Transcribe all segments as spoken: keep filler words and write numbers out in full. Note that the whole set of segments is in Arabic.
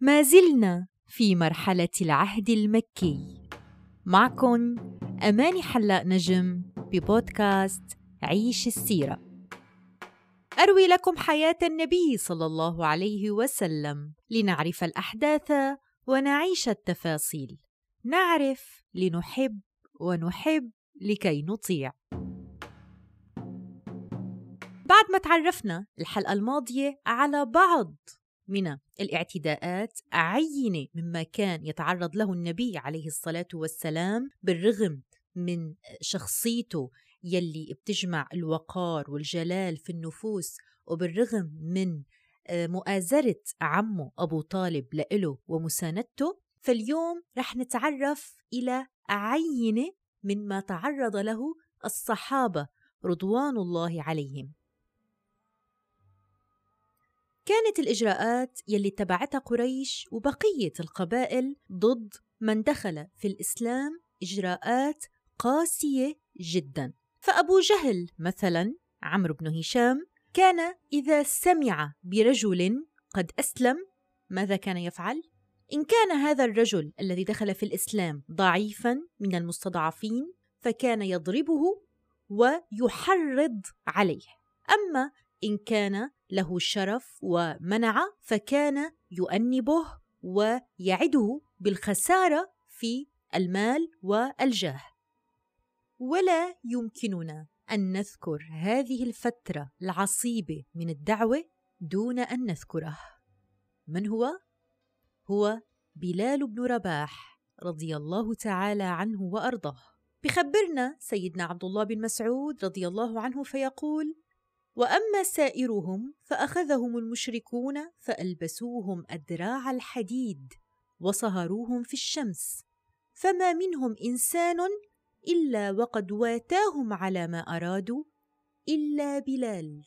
ما زلنا في مرحلة العهد المكي. معكم أماني حلاق نجم ببودكاست عيش السيرة. أروي لكم حياة النبي صلى الله عليه وسلم لنعرف الأحداث ونعيش التفاصيل، نعرف لنحب ونحب لكي نطيع. بعد ما تعرفنا الحلقة الماضية على بعض من الاعتداءات عينة مما كان يتعرض له النبي عليه الصلاة والسلام، بالرغم من شخصيته يلي بتجمع الوقار والجلال في النفوس، وبالرغم من مؤازرة عمه أبو طالب لإله ومساندته. فاليوم رح نتعرف إلى عينة مما تعرض له الصحابة رضوان الله عليهم. كانت الإجراءات يلي اتبعتها قريش وبقية القبائل ضد من دخل في الإسلام إجراءات قاسية جدا. فأبو جهل مثلا عمرو بن هشام كان إذا سمع برجل قد أسلم ماذا كان يفعل؟ إن كان هذا الرجل الذي دخل في الإسلام ضعيفا من المستضعفين فكان يضربه ويحرض عليه، أما إن كان له شرف ومنع فكان يؤنبه ويعده بالخسارة في المال والجاه. ولا يمكننا أن نذكر هذه الفترة العصيبة من الدعوة دون أن نذكره. من هو؟ هو بلال بن رباح رضي الله تعالى عنه وأرضاه. بخبرنا سيدنا عبد الله بن مسعود رضي الله عنه فيقول: وأما سائرهم فأخذهم المشركون فألبسوهم أدراع الحديد وصهروهم في الشمس، فما منهم إنسان إلا وقد واتاهم على ما أرادوا إلا بلال،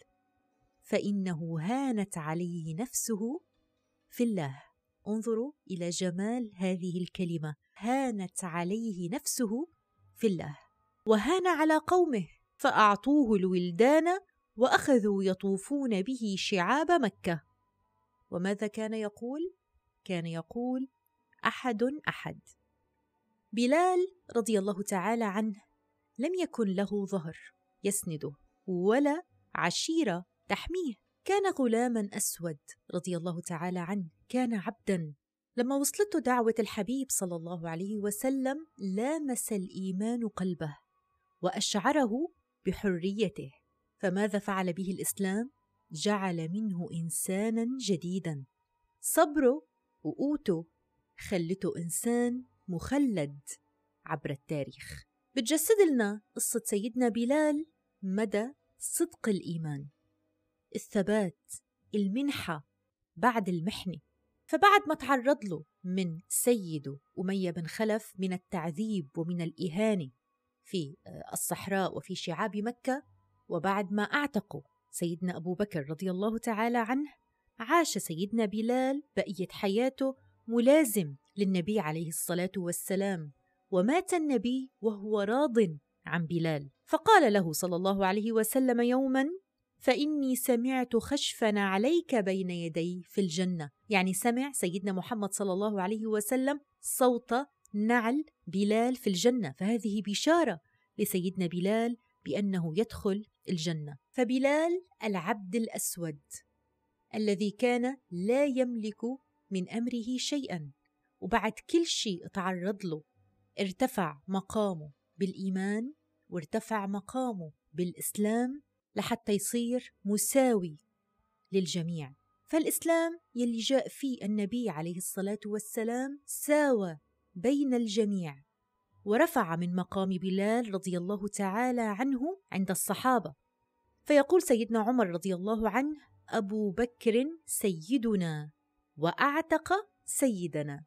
فإنه هانت عليه نفسه في الله. انظروا إلى جمال هذه الكلمة، هانت عليه نفسه في الله. وهان على قومه فأعطوه الولدان وأخذوا يطوفون به شعاب مكة. وماذا كان يقول؟ كان يقول أحد أحد. بلال رضي الله تعالى عنه لم يكن له ظهر يسنده ولا عشيرة تحميه، كان غلاما أسود رضي الله تعالى عنه، كان عبدا. لما وصلته دعوة الحبيب صلى الله عليه وسلم لامس الإيمان قلبه وأشعره بحريته، فماذا فعل به الإسلام؟ جعل منه إنسانا جديدا. صبره وقوته خلته إنسان مخلد عبر التاريخ. بتجسد لنا قصة سيدنا بلال مدى صدق الإيمان، الثبات، المنحة بعد المحنة. فبعد ما تعرض له من سيده أمية بن خلف من التعذيب ومن الإهانة في الصحراء وفي شعاب مكة، وبعد ما أعتقوا سيدنا أبو بكر رضي الله تعالى عنه، عاش سيدنا بلال بقية حياته ملازم للنبي عليه الصلاة والسلام، ومات النبي وهو راض عن بلال. فقال له صلى الله عليه وسلم يوما: فإني سمعت خشفا عليك بين يدي في الجنة، يعني سمع سيدنا محمد صلى الله عليه وسلم صوت نعل بلال في الجنة، فهذه بشارة لسيدنا بلال بأنه يدخل الجنة. فبلال العبد الأسود الذي كان لا يملك من أمره شيئا، وبعد كل شيء تعرض له ارتفع مقامه بالإيمان وارتفع مقامه بالإسلام لحتى يصير مساوي للجميع. فالإسلام يلي جاء فيه النبي عليه الصلاة والسلام ساوى بين الجميع ورفع من مقام بلال رضي الله تعالى عنه عند الصحابة. فيقول سيدنا عمر رضي الله عنه: أبو بكر سيدنا وأعتق سيدنا،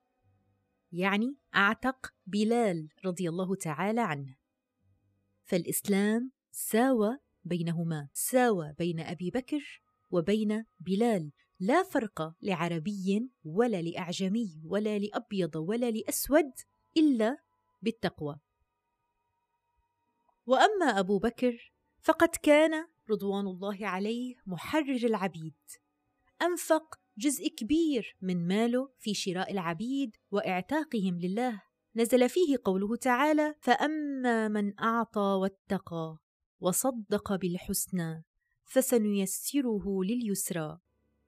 يعني أعتق بلال رضي الله تعالى عنه. فالإسلام ساوى بينهما، ساوى بين أبي بكر وبين بلال، لا فرق لعربي ولا لأعجمي ولا لأبيض ولا لأسود إلا بالتقوى. وأما أبو بكر فقد كان رضوان الله عليه محرر العبيد، أنفق جزء كبير من ماله في شراء العبيد وإعتاقهم لله. نزل فيه قوله تعالى: فأما من أعطى واتقى وصدق بالحسنى فسنيسره لليسرى.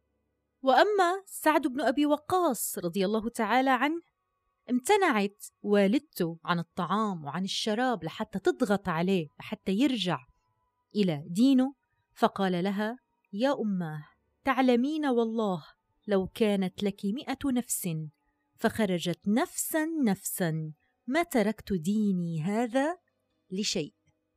وأما سعد بن أبي وقاص رضي الله تعالى عنه، امتنعت والدته عن الطعام وعن الشراب لحتى تضغط عليه حتى يرجع إلى دينه، فقال لها: يا أماه، تعلمين والله لو كانت لك مئة نفس فخرجت نفسا نفسا ما تركت ديني هذا لشيء.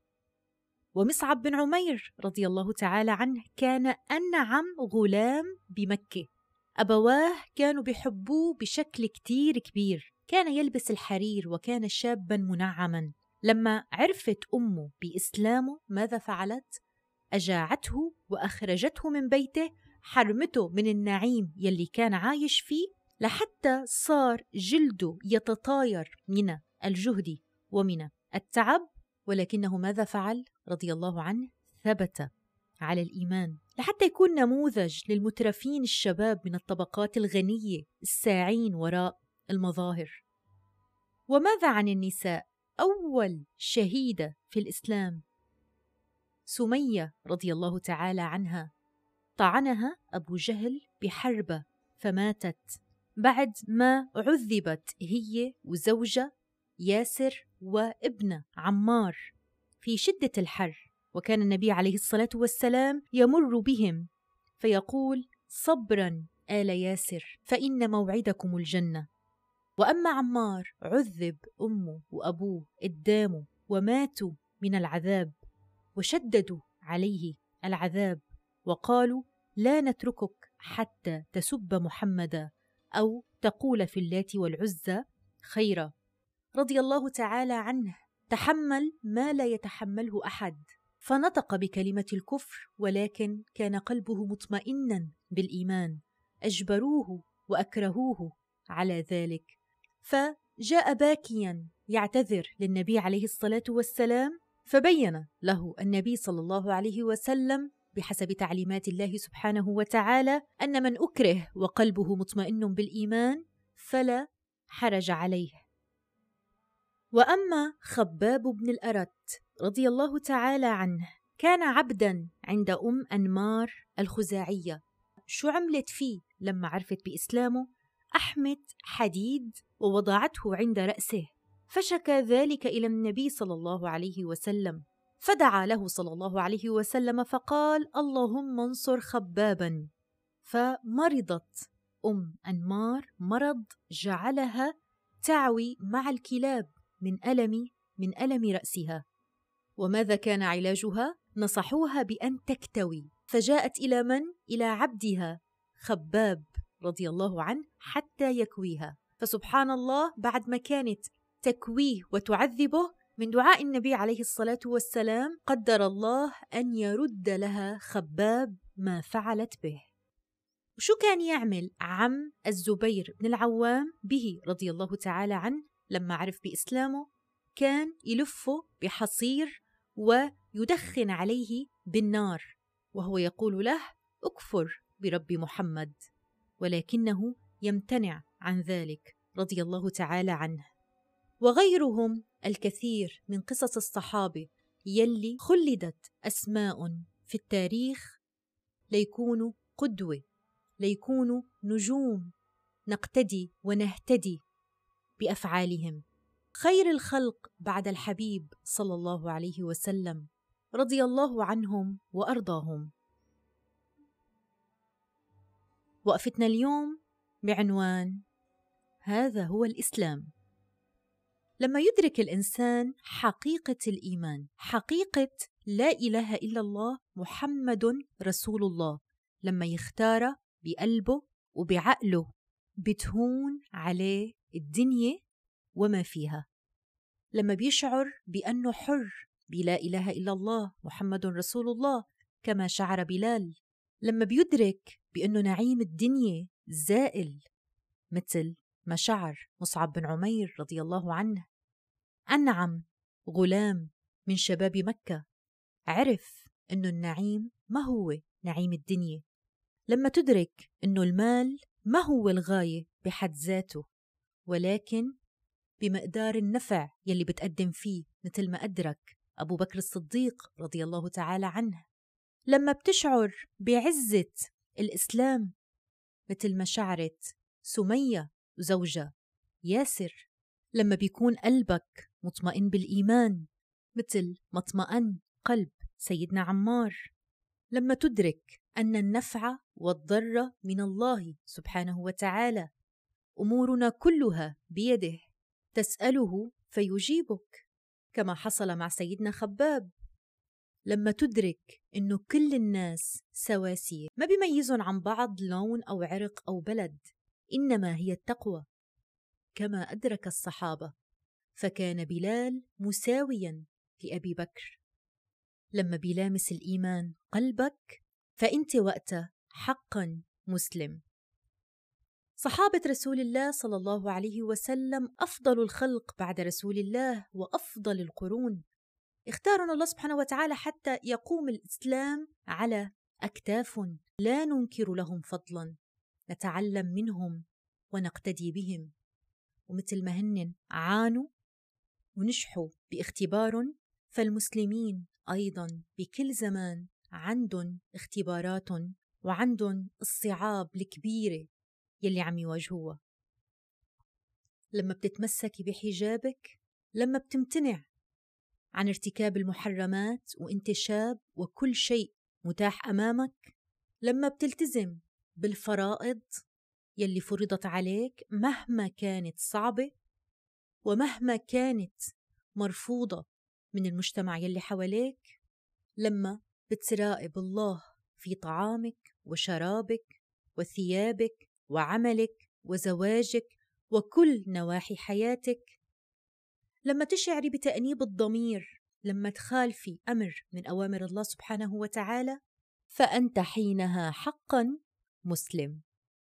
ومصعب بن عمير رضي الله تعالى عنه كان أنعم غلام بمكة. أبواه كانوا بيحبوه بشكل كتير كبير، كان يلبس الحرير وكان شابا منعما. لما عرفت أمه بإسلامه ماذا فعلت؟ أجاعته وأخرجته من بيته، حرمته من النعيم يلي كان عايش فيه لحتى صار جلده يتطاير من الجهد ومن التعب. ولكنه ماذا فعل رضي الله عنه؟ ثبت على الإيمان لحتى يكون نموذج للمترفين الشباب من الطبقات الغنية الساعين وراء المظاهر. وماذا عن النساء؟ أول شهيدة في الإسلام سمية رضي الله تعالى عنها، طعنها أبو جهل بحربة فماتت بعد ما عذبت هي وزوجة ياسر وابن عمار في شدة الحر. وكان النبي عليه الصلاة والسلام يمر بهم فيقول: صبرا آل ياسر فإن موعدكم الجنة. وأما عمار عذب أمه وأبوه قدامه وماتوا من العذاب، وشددوا عليه العذاب وقالوا: لا نتركك حتى تسب محمدا أو تقول في اللات والعزى خيرا. رضي الله تعالى عنه تحمل ما لا يتحمله أحد، فنطق بكلمة الكفر ولكن كان قلبه مطمئنا بالإيمان. أجبروه وأكرهوه على ذلك، فجاء باكيا يعتذر للنبي عليه الصلاة والسلام، فبين له النبي صلى الله عليه وسلم بحسب تعليمات الله سبحانه وتعالى أن من أكره وقلبه مطمئن بالإيمان فلا حرج عليه. وأما خباب بن الأرت رضي الله تعالى عنه كان عبدا عند أم أنمار الخزاعية. شو عملت فيه لما عرفت بإسلامه؟ أحمت حديد ووضعته عند رأسه، فشكى ذلك إلى النبي صلى الله عليه وسلم، فدعا له صلى الله عليه وسلم فقال: اللهم انصر خبابا. فمرضت أم أنمار مرض جعلها تعوي مع الكلاب من ألم من ألم رأسها. وماذا كان علاجها؟ نصحوها بأن تكتوي، فجاءت إلى من؟ إلى عبدها خباب رضي الله عنه حتى يكويها. فسبحان الله، بعد ما كانت تكويه وتعذبه، من دعاء النبي عليه الصلاة والسلام قدر الله أن يرد لها خباب ما فعلت به. وشو كان يعمل عم الزبير بن العوام به رضي الله تعالى عنه لما عرف بإسلامه؟ كان يلفه بحصير ويدخن عليه بالنار وهو يقول له: اكفر برب محمد، ولكنه يمتنع عن ذلك رضي الله تعالى عنه. وغيرهم الكثير من قصص الصحابة يلي خلدت أسماء في التاريخ ليكونوا قدوة، ليكونوا نجوم نقتدي ونهتدي بأفعالهم. خير الخلق بعد الحبيب صلى الله عليه وسلم رضي الله عنهم وأرضاهم. وقفتنا اليوم بعنوان هذا هو الإسلام. لما يدرك الإنسان حقيقة الإيمان، حقيقة لا إله إلا الله محمد رسول الله، لما يختار بقلبه وبعقله بتهون عليه الدنيا وما فيها. لما بيشعر بأنه حر بلا إله إلا الله محمد رسول الله كما شعر بلال. لما بيدرك بأنه نعيم الدنيا زائل مثل ما شعر مصعب بن عمير رضي الله عنه، أنعم غلام من شباب مكة، عرف أنه النعيم ما هو نعيم الدنيا. لما تدرك إنه المال ما هو الغاية بحد ذاته، ولكن بمقدار النفع يلي بتقدم فيه، مثل ما أدرك أبو بكر الصديق رضي الله تعالى عنه. لما بتشعر بعزة الإسلام مثل ما شعرت سمية وزوجها ياسر. لما بيكون قلبك مطمئن بالإيمان مثل ما اطمئن قلب سيدنا عمار. لما تدرك أن النفع والضر من الله سبحانه وتعالى، أمورنا كلها بيده، تسأله فيجيبك كما حصل مع سيدنا خباب. لما تدرك إنه كل الناس سواسية، ما بيميزون عن بعض لون أو عرق أو بلد، إنما هي التقوى، كما أدرك الصحابة، فكان بلال مساويا لأبي بكر. لما بيلامس الإيمان قلبك فأنت وقتها حقا مسلم. صحابة رسول الله صلى الله عليه وسلم أفضل الخلق بعد رسول الله وأفضل القرون، اختارهم الله سبحانه وتعالى حتى يقوم الإسلام على أكتاف، لا ننكر لهم فضلا، نتعلم منهم ونقتدي بهم. ومثل ما هن عانوا ونجحوا باختبار، فالمسلمين أيضا بكل زمان عندهم اختبارات وعندهم الصعاب الكبيرة يلي عم يواجهوها. لما بتتمسكي بحجابك، لما بتمتنع عن ارتكاب المحرمات وانت شاب وكل شيء متاح أمامك، لما بتلتزم بالفرائض يلي فرضت عليك مهما كانت صعبة ومهما كانت مرفوضة من المجتمع يلي حواليك، لما بتراقب الله في طعامك وشرابك وثيابك وعملك وزواجك وكل نواحي حياتك، لما تشعري بتأنيب الضمير لما تخالفي أمر من أوامر الله سبحانه وتعالى، فأنت حينها حقا مسلم.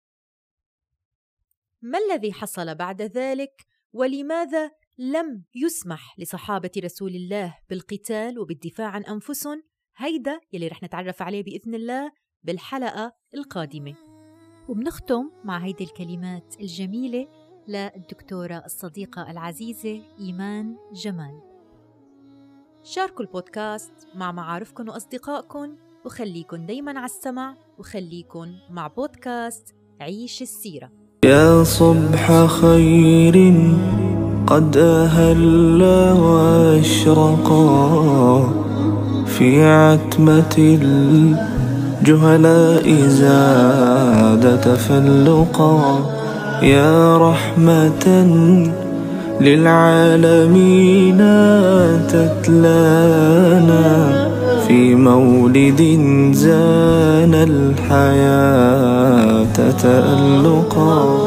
ما الذي حصل بعد ذلك؟ ولماذا لم يسمح لصحابة رسول الله بالقتال وبالدفاع عن أنفسهم؟ هيدا يلي رح نتعرف عليه بإذن الله بالحلقة القادمة. وبنختم مع هيدي الكلمات الجميلة للدكتورة الصديقة العزيزة إيمان جمال. شاركوا البودكاست مع معارفكم وأصدقائكم، وخليكن دايما على السمع، وخليكن مع بودكاست عيش السيرة. يا صبح خير قد أهل واشرقا في عتمة الجهلاء زاد تفلقا، يا رحمة للعالمين تتلانا في مولد زان الحياة تألقا،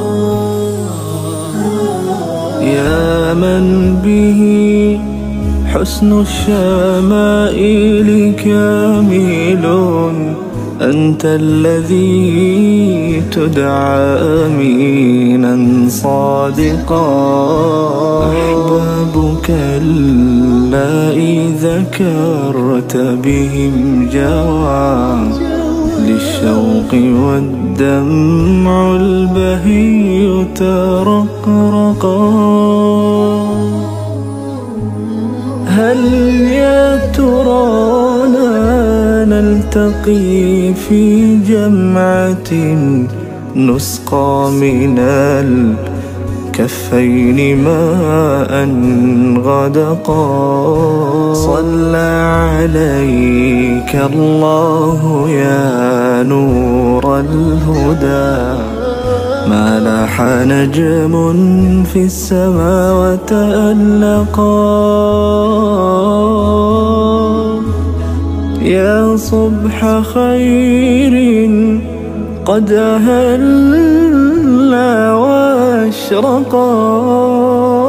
يا من به حسن الشمائل كامل، أنت الذي تدعى أمينا صادقا، أحبابك اللائي ذكرت بهم جوى للشوق والدمع البهي ترقرقا، هل يا ترانا نلتقي في جمعة نسقى من الكفين ماء غدقا، صلى عليك الله يا نور الهدى، ما لاح نجم في السماء وتألقا، يا صبح خير قد أهل واشرقا.